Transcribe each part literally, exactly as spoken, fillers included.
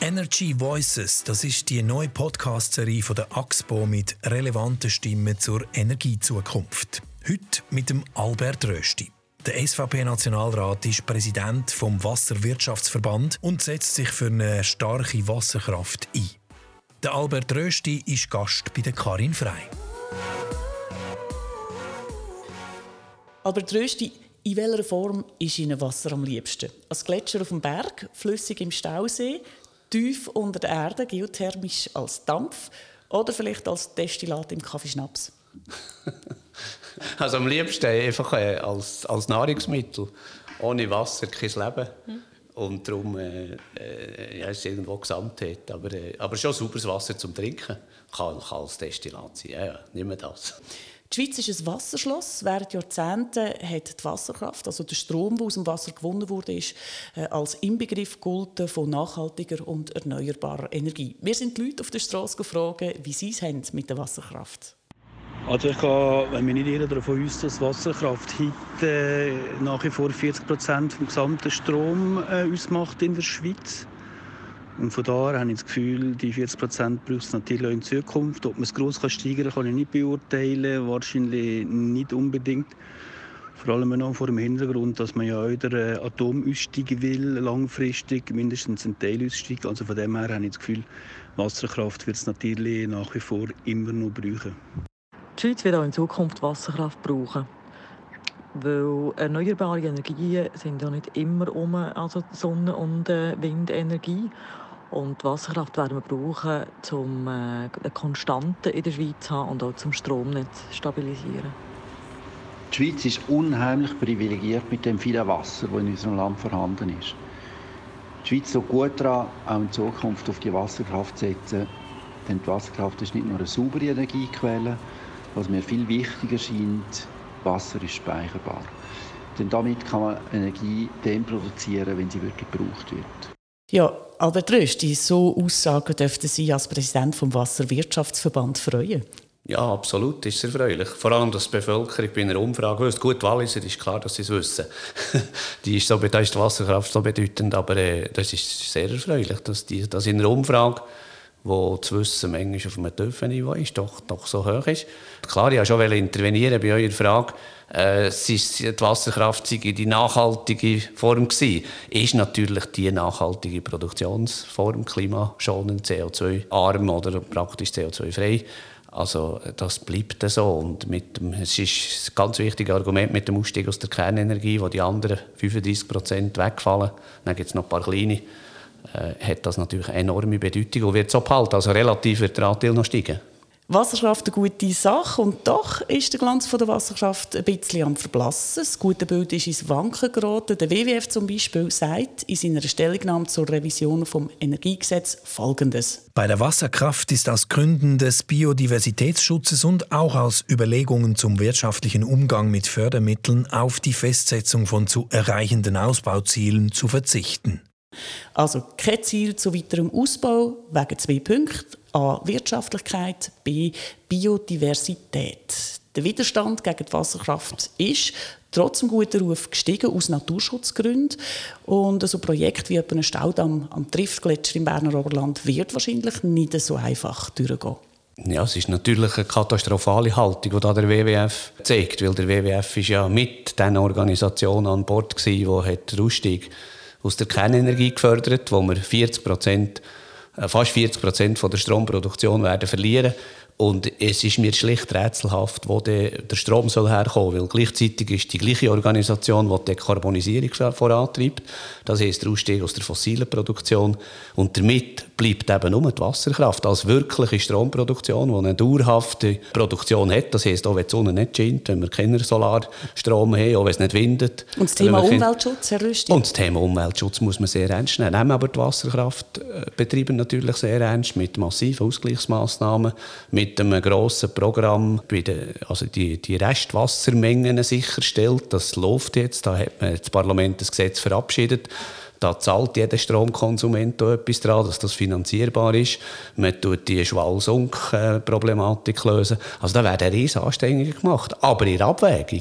Energy Voices, das ist die neue Podcast-Serie von der Axpo mit relevanten Stimmen zur Energiezukunft. Heute mit dem Albert Rösti. Der S V P-Nationalrat ist Präsident vom Wasserwirtschaftsverband und setzt sich für eine starke Wasserkraft ein. Der Albert Rösti ist Gast bei der Karin Frey. Albert Rösti, in welcher Form ist Ihnen Wasser am liebsten? Als Gletscher auf dem Berg, flüssig im Stausee, tief unter der Erde, geothermisch als Dampf oder vielleicht als Destillat im Kaffeeschnaps? Also am liebsten einfach äh, als, als Nahrungsmittel. Ohne Wasser kein Leben. Hm. Und darum äh, äh, ja, ist es irgendwo Gesamtheit. Aber, äh, aber schon sauberes Wasser zum Trinken kann, kann als Destillat sein. Ja, ja, nicht mehr das. Die Schweiz ist ein Wasserschloss. Während Jahrzehnten hat die Wasserkraft, also der Strom, der aus dem Wasser gewonnen wurde, ist, äh, als Inbegriff gegolten von nachhaltiger und erneuerbarer Energie. Wir sind die Leute auf der Straße gefragt, wie sie es haben mit der Wasserkraft. Also ich kann, wenn wir nicht irren, davon aus, dass Wasserkraft heute äh, nach wie vor vierzig Prozent des gesamten Stroms äh, ausmacht in der Schweiz. Und von daher habe ich das Gefühl, die vierzig Prozent braucht es natürlich auch in Zukunft. Ob man es gross steigern kann, kann ich nicht beurteilen. Wahrscheinlich nicht unbedingt. Vor allem noch vor dem Hintergrund, dass man ja auch der Atom aussteigen will, langfristig, mindestens ein Teil aussteigen. Also von dem her habe ich das Gefühl, Wasserkraft wird es natürlich nach wie vor immer noch brauchen. Die Schweiz wird auch in Zukunft Wasserkraft brauchen. Weil erneuerbare Energien sind ja nicht immer um, also Sonne- und äh, Windenergie. Und die Wasserkraft werden wir brauchen, um äh, eine Konstante in der Schweiz zu haben und auch zum Stromnetz zu stabilisieren. Die Schweiz ist unheimlich privilegiert mit dem vielen Wasser, das in unserem Land vorhanden ist. Die Schweiz ist so gut daran, auch in Zukunft auf die Wasserkraft zu setzen. Denn die Wasserkraft ist nicht nur eine saubere Energiequelle, was mir viel wichtiger scheint, Wasser ist speicherbar. Denn damit kann man Energie dann produzieren, wenn sie wirklich gebraucht wird. Ja, Albert Rösti, so Aussagen dürften Sie als Präsident des Wasserwirtschaftsverband freuen. Ja, absolut, ist sehr erfreulich. Vor allem, dass die Bevölkerung bei einer Umfrage wüsste. Gut, Walliser ist klar, dass sie es wissen. die ist so, da ist die Wasserkraft so bedeutend, aber äh, das ist sehr erfreulich, dass, die, dass in einer Umfrage, wo das Wissen manchmal auf einem tiefen Niveau ist, doch, doch so hoch ist. Klar, ich wollte schon intervenieren bei eurer Frage. Äh, es ist, die Wasserkraft sei die nachhaltige Form gewesen. Ist natürlich die nachhaltige Produktionsform, klimaschonend, C O zwei arm oder praktisch C O zwei frei. Also das bleibt so. Und mit dem, es ist ein ganz wichtiges Argument mit dem Ausstieg aus der Kernenergie, wo die anderen fünfunddreissig Prozent wegfallen. Dann gibt es noch ein paar kleine. Äh, hat das natürlich eine enorme Bedeutung und wird so behalten. Also relativ wird der Anteil noch steigen. Wasserkraft eine gute Sache und doch ist der Glanz von der Wasserkraft ein bisschen am Verblassen. Das gute Bild ist ins Wanken geraten. Der W W F zum Beispiel sagt in seiner Stellungnahme zur Revision des Energiegesetzes Folgendes. Bei der Wasserkraft ist aus Gründen des Biodiversitätsschutzes und auch aus Überlegungen zum wirtschaftlichen Umgang mit Fördermitteln auf die Festsetzung von zu erreichenden Ausbauzielen zu verzichten. Also kein Ziel zu weiterem Ausbau wegen zwei Punkten. A. Wirtschaftlichkeit, B. Biodiversität. Der Widerstand gegen die Wasserkraft ist trotz dem guten Ruf gestiegen aus Naturschutzgründen. Und so ein Projekt wie ein Staudamm am Triftgletscher im Berner Oberland wird wahrscheinlich nicht so einfach durchgehen. Ja, es ist natürlich eine katastrophale Haltung, die da der W W F zeigt, weil der W W F ist ja mit den Organisationen an Bord war, die den Ausstieg aus der Kernenergie gefördert, wo wir vierzig Prozent, fast vierzig Prozent von der Stromproduktion werden verlieren. Und es ist mir schlicht rätselhaft, wo der Strom soll herkommen soll. Weil gleichzeitig ist die gleiche Organisation, die die Dekarbonisierung vorantreibt. Das heisst, der Ausstieg aus der fossilen Produktion. Und damit bleibt eben nur die Wasserkraft als wirkliche Stromproduktion, die eine dauerhafte Produktion hat. Das heisst, auch wenn die Sonne nicht scheint, wenn wir keinen Solarstrom haben, auch wenn es nicht windet. Und das Thema Umweltschutz, Herr Rösti? Und das Thema Umweltschutz muss man sehr ernst nehmen. Nehmen aber die Wasserkraftbetriebe natürlich sehr ernst, mit massiven Ausgleichsmaßnahmen, mit einem grossen Programm, also die, die Restwassermengen sicherstellt. Das läuft jetzt. Da hat man das Parlament das Gesetz verabschiedet. Da zahlt jeder Stromkonsument auch etwas daran, dass das finanzierbar ist. Man tut die Schwall-Sunk-Problematik lösen. Also da werden riesige Anstrengungen gemacht. Aber in der Abwägung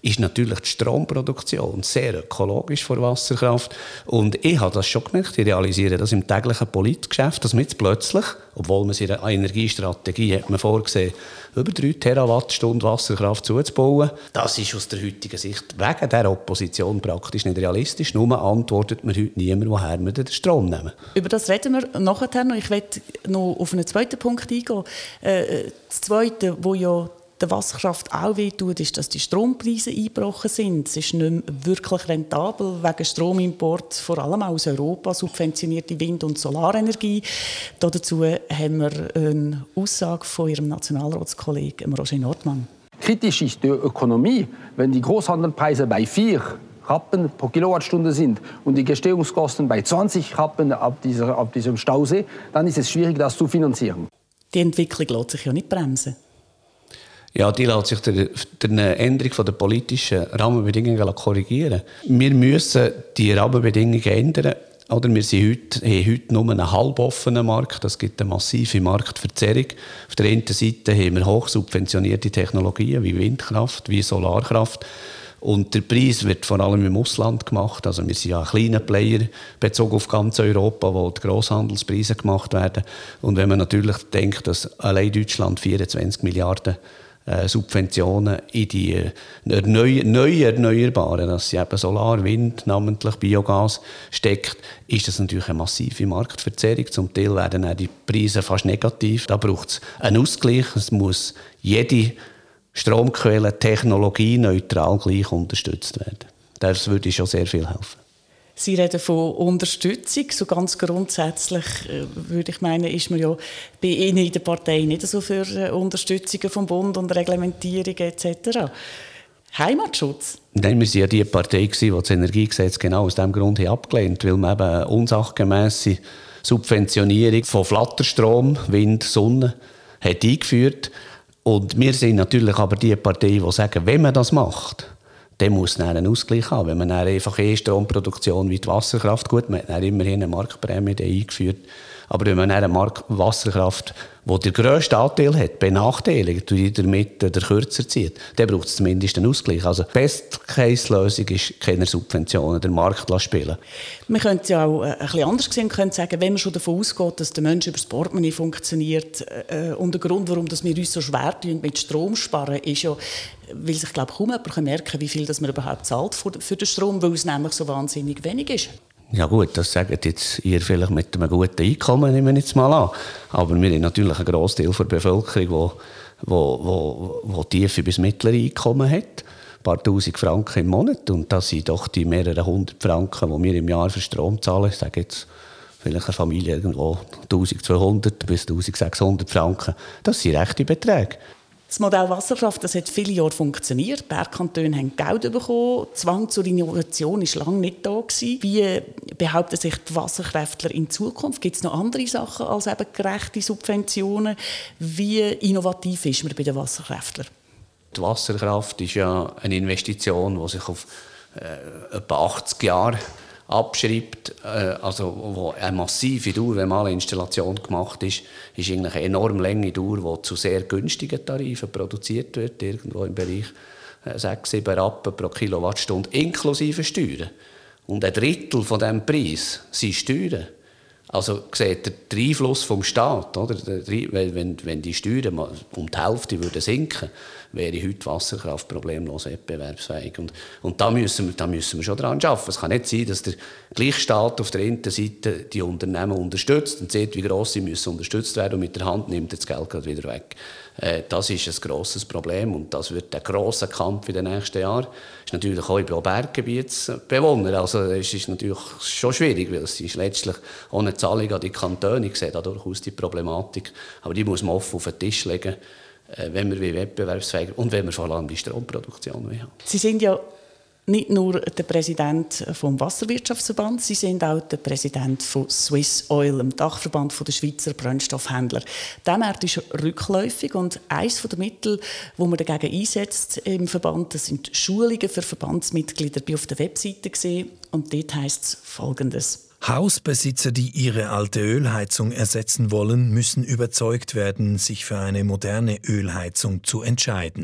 ist natürlich die Stromproduktion sehr ökologisch von Wasserkraft. Und ich habe das schon gemerkt, ich realisiere das im täglichen Politgeschäft, dass man jetzt plötzlich, obwohl man es in einer Energiestrategie hat man vorgesehen, über drei Terawattstunden Wasserkraft zuzubauen. Das ist aus der heutigen Sicht wegen der Opposition praktisch nicht realistisch. Nur antwortet mir heute niemand, woher wir den Strom nehmen. Über das reden wir nachher noch. Ich möchte noch auf einen zweiten Punkt eingehen. Äh, das Zweite, wo ja der Wasserkraft auch wehtut, ist, dass die Strompreise eingebrochen sind. Es ist nicht mehr wirklich rentabel, wegen Stromimport, vor allem aus Europa, subventionierte Wind- und Solarenergie. Dazu haben wir eine Aussage von Ihrem Nationalratskollegen Roger Nordmann. Kritisch ist die Ökonomie, wenn die Großhandelpreise bei vier Rappen pro Kilowattstunde sind und die Gestehungskosten bei zwanzig Rappen ab, dieser, ab diesem Stausee, dann ist es schwierig, das zu finanzieren. Die Entwicklung lässt sich ja nicht bremsen. Ja, die lässt sich durch eine Änderung der politischen Rahmenbedingungen korrigieren. Wir müssen die Rahmenbedingungen ändern. Oder wir sind heute, haben heute nur einen halboffenen Markt. Das gibt eine massive Marktverzerrung. Auf der einen Seite haben wir hochsubventionierte Technologien wie Windkraft, wie Solarkraft. Und der Preis wird vor allem im Ausland gemacht. Also wir sind ja ein kleiner Player bezogen auf ganz Europa, wo die Grosshandelspreise gemacht werden. Und wenn man natürlich denkt, dass allein Deutschland vierundzwanzig Milliarden äh, Subventionen in die äh, neue, neue Erneuerbaren, das sind eben Solar, Wind, namentlich Biogas, steckt, ist das natürlich eine massive Marktverzerrung. Zum Teil werden auch die Preise fast negativ. Da braucht es einen Ausgleich. Es muss jede Stromquelle technologieneutral gleich unterstützt werden. Das würde schon sehr viel helfen. Sie reden von Unterstützung. So ganz grundsätzlich äh, würde ich meinen, ist man ja bei Ihnen in der Partei nicht so für äh, Unterstützungen vom Bund und Reglementierungen et cetera. Heimatschutz? Nein, wir waren ja die Partei, die das Energiegesetz genau aus diesem Grund abgelehnt hat, weil man eben eine unsachgemässe Subventionierung von Flatterstrom, Wind, Sonne hat eingeführt. Und wir sind natürlich aber die Partei, die sagen, wenn man das macht, dann muss es einen Ausgleich haben. Wenn man dann einfach eh Stromproduktion wie die Wasserkraft, gut, man hat dann immerhin eine Marktprämie eingeführt, aber wenn man dann eine Mark- Wasserkraft, die den grössten Anteil hat, benachteiligt und damit der kürzer zieht, dann braucht es zumindest einen Ausgleich. Also die Best-Case-Lösung ist keine Subventionen, den Markt spielen. Man könnte es ja auch ein bisschen anders sehen, man könnte sagen, wenn man schon davon ausgeht, dass der Mensch über das Portemonnaie funktioniert, äh, und der Grund, warum wir uns so schwer tun mit Strom sparen, ist ja, weil sich, glaube ich, kaum jemand merken kann, wie viel das man überhaupt zahlt für, für den Strom, weil es nämlich so wahnsinnig wenig ist. Ja gut, das sagt jetzt ihr vielleicht mit einem guten Einkommen, nehmen wir jetzt mal an. Aber wir haben natürlich einen Grossteil der Bevölkerung, die wo, wo, wo tiefe bis mittlere Einkommen hat. Ein paar tausend Franken im Monat. Und das sind doch die mehreren hundert Franken, die wir im Jahr für Strom zahlen. Ich sage jetzt vielleicht eine Familie irgendwo eintausendzweihundert bis eintausendsechshundert Franken. Das sind rechte Beträge. Das Modell Wasserkraft, das hat viele Jahre funktioniert. Die Bergkantone haben Geld bekommen. Der Zwang zur Innovation war lange nicht da gewesen. Wie behaupten sich die Wasserkräftler in Zukunft? Gibt es noch andere Sachen als eben gerechte Subventionen? Wie innovativ ist man bei den Wasserkräftlern? Die Wasserkraft ist ja eine Investition, die sich auf äh, etwa achtzig Jahre abschreibt, äh, also wo eine massive Dauer, wenn mal eine Installation gemacht ist, ist eigentlich eine enorm lange Dauer, die zu sehr günstigen Tarifen produziert wird, irgendwo im Bereich äh, sechs, sieben Rappen pro Kilowattstunde, inklusive Steuern. Und ein Drittel von diesem Preis sind Steuern. Also sieht ihr den Einfluss vom Staat, oder? Wenn, wenn die Steuern um die Hälfte würden sinken, wäre heute Wasserkraft problemlos wettbewerbsfähig. Und, und da, müssen wir, da müssen wir schon dran arbeiten. Es kann nicht sein, dass der gleiche Staat auf der einen Seite die Unternehmen unterstützt und sieht, wie gross sie müssen unterstützt werden, und mit der Hand nimmt das Geld gerade wieder weg. Äh, das ist ein grosses Problem und das wird ein grosser Kampf in den nächsten Jahren. Das ist natürlich auch über Berggebietsbewohner. Also es ist natürlich schon schwierig, weil es ist letztlich ohne Zahlung an die Kantone. Ich sehe da durchaus die Problematik. Aber die muss man offen auf den Tisch legen, wenn wir wettbewerbsfähig und wenn wir vor allem die Stromproduktion haben. Sie sind ja nicht nur der Präsident vom Wasserwirtschaftsverband, Sie sind auch der Präsident von Swiss Oil, dem Dachverband der Schweizer Brennstoffhändler. Der Markt ist rückläufig und eines der Mittel, die man dagegen einsetzt im Verband, das sind Schulungen für Verbandsmitglieder. Ich bin auf der Webseite gesehen und dort heisst es Folgendes: Hausbesitzer, die ihre alte Ölheizung ersetzen wollen, müssen überzeugt werden, sich für eine moderne Ölheizung zu entscheiden.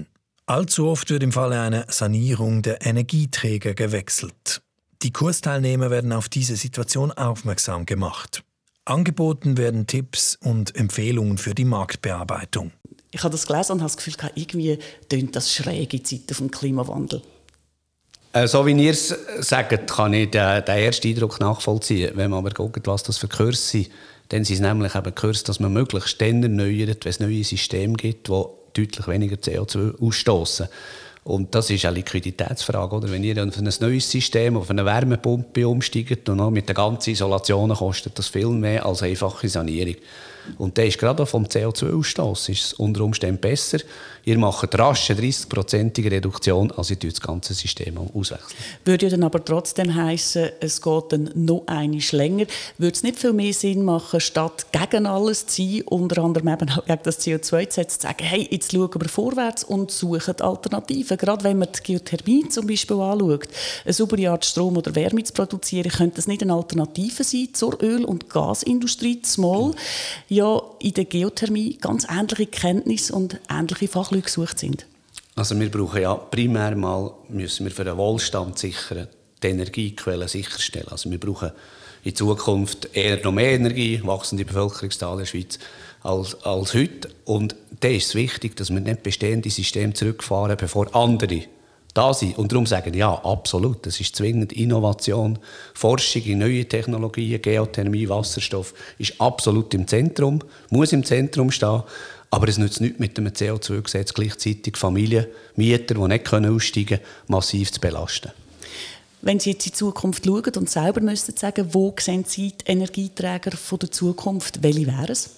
Allzu oft wird im Falle einer Sanierung der Energieträger gewechselt. Die Kursteilnehmer werden auf diese Situation aufmerksam gemacht. Angeboten werden Tipps und Empfehlungen für die Marktbearbeitung. Ich habe das gelesen und habe das Gefühl, irgendwie tönt das schräg in Zeiten des Klimawandels. Äh, so wie ihr es sagt, kann ich den, den ersten Eindruck nachvollziehen. Wenn man aber guckt, was das für Kurse sind, dann sind es nämlich eben Kurse, dass man möglichst dann erneuert, wenn es neue Systeme gibt, die deutlich weniger C O zwei ausstoßen. Und das ist eine Liquiditätsfrage. Oder? Wenn ihr auf ein neues System, auf eine Wärmepumpe umsteigt und auch mit der ganzen Isolation, kostet das viel mehr als eine einfache Sanierung. Und dann ist gerade auch vom C O zwei Ausstoß ist es unter Umständen besser. Ihr macht rasch eine dreißig-prozentige Reduktion, als ihr das ganze System auswechseln. Würde ja dann aber trotzdem heissen, es geht dann noch einmal länger. Würde es nicht viel mehr Sinn machen, statt gegen alles zu sein, unter anderem eben auch gegen das C O zwei Gesetz, zu sagen, hey, jetzt schauen wir vorwärts und suchen Alternativen. Gerade wenn man die Geothermie zum Beispiel anschaut, eine saubere Art Strom oder Wärme zu produzieren, könnte das nicht eine Alternative sein zur Öl- und Gasindustrie, zumal ja in der Geothermie ganz ähnliche Kenntnisse und ähnliche Fachleute gesucht sind. Also wir brauchen ja primär mal, müssen wir für den Wohlstand sichern, die Energiequellen sicherstellen. Also wir brauchen in Zukunft eher noch mehr Energie, wachsende Bevölkerungszahl in der Schweiz, als, als heute. Und da ist es wichtig, dass wir nicht bestehende Systeme zurückfahren, bevor andere da sind. Und darum sagen ja, absolut, das ist zwingend Innovation, Forschung in neue Technologien, Geothermie, Wasserstoff ist absolut im Zentrum, muss im Zentrum stehen. Aber es nützt nichts, mit dem C O zwei Gesetz gleichzeitig Familien, Mieter, die nicht aussteigen können, massiv zu belasten. Wenn Sie jetzt in die Zukunft schauen und selber müssten sagen, wo sehen Sie die Energieträger von der Zukunft, welche wären es?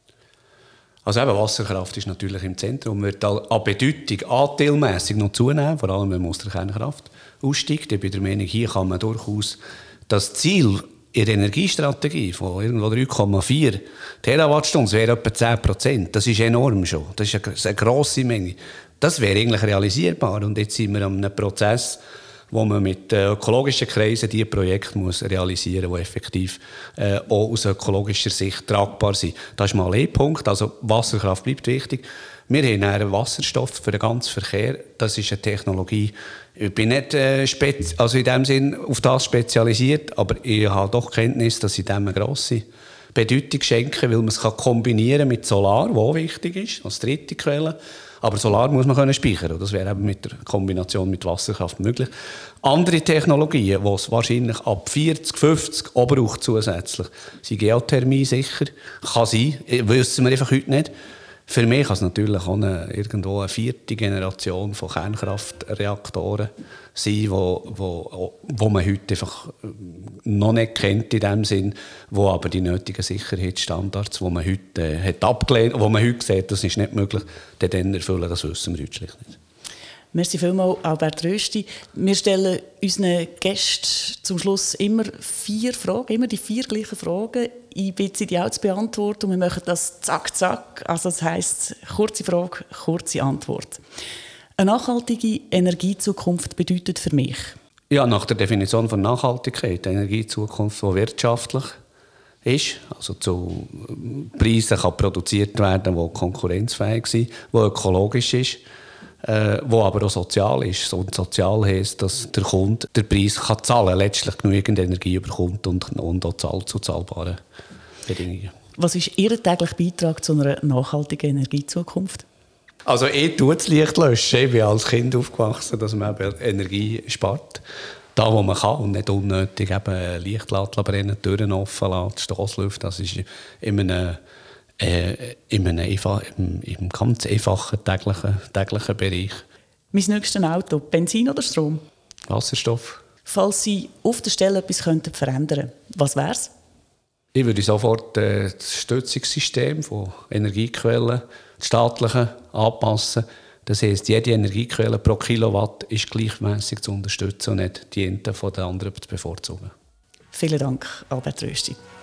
Also eben Wasserkraft ist natürlich im Zentrum, wird an Bedeutung anteilmässig noch zunehmen, vor allem wenn man aus der Kernkraft aussteigt. Ich bin der Meinung, hier kann man durchaus das Ziel in der Energiestrategie von irgendwo drei Komma vier Terawattstunden, das wäre etwa zehn Prozent. Das ist enorm schon. Das ist eine, eine grosse Menge. Das wäre eigentlich realisierbar. Und jetzt sind wir an einem Prozess, wo man mit ökologischen Kreisen diese Projekte muss realisieren muss, die effektiv äh, auch aus ökologischer Sicht tragbar sind. Das ist mal ein Punkt. Also Wasserkraft bleibt wichtig. Wir haben einen Wasserstoff für den ganzen Verkehr. Das ist eine Technologie. Ich bin nicht äh, spez- also in dem Sinn auf das spezialisiert, aber ich habe doch Kenntnis, dass ich dem eine grosse Bedeutung schenke, weil man es kombinieren kann mit Solar, was auch wichtig ist, als dritte Quelle. Aber Solar muss man können speichern. Und das wäre eben mit der Kombination mit Wasserkraft möglich. Andere Technologien, die es wahrscheinlich ab vierzig, fünfzig auch braucht zusätzlich, sind Geothermie sicher. Kann sein, wissen wir einfach heute nicht. Für mich kann es natürlich auch eine, irgendwo eine vierte Generation von Kernkraftreaktoren sein, wo, wo, wo man heute einfach noch nicht kennt in dem Sinn, wo aber die nötigen Sicherheitsstandards, die man heute äh, hat abgelehnt, wo man heute sieht, das ist nicht möglich, dann erfüllen, das wissen wir heute schlicht nicht. Merci vielmals, Albert Rösti. Wir stellen unseren Gästen zum Schluss immer vier Fragen, immer die vier gleichen Fragen. Ich bitte Sie, die auch zu beantworten. Und wir machen das zack, zack. Also das heisst, kurze Frage, kurze Antwort. Eine nachhaltige Energiezukunft bedeutet für mich? Ja, nach der Definition von Nachhaltigkeit, eine Energiezukunft, die wirtschaftlich ist, also zu Preisen kann produziert werden, die konkurrenzfähig sind, die ökologisch ist, Äh, wo aber auch sozial ist. Und sozial heisst, dass der Kunde den Preis kann zahlen kann, letztlich genügend Energie bekommt und, und auch zahlt zu zahlbaren Bedingungen. Was ist Ihr täglicher Beitrag zu einer nachhaltigen Energiezukunft? Also ich tue das Licht löschen. Ich bin als Kind aufgewachsen, dass man eben Energie spart. Da, wo man kann und nicht unnötig eben Licht brennen, Türen offen lässt, Stoßlüfte. Das ist in einem Äh, in einem einfach, im, im ganz einfachen täglichen, täglichen Bereich. Mein nächstes Auto, Benzin oder Strom? Wasserstoff. Falls Sie auf der Stelle etwas könnten verändern, was wäre es? Ich würde sofort äh, das Stützungssystem von Energiequellen, das staatliche, anpassen. Das heisst, jede Energiequelle pro Kilowatt ist gleichmäßig zu unterstützen und nicht die eine von der anderen zu bevorzugen. Vielen Dank, Albert Rösti.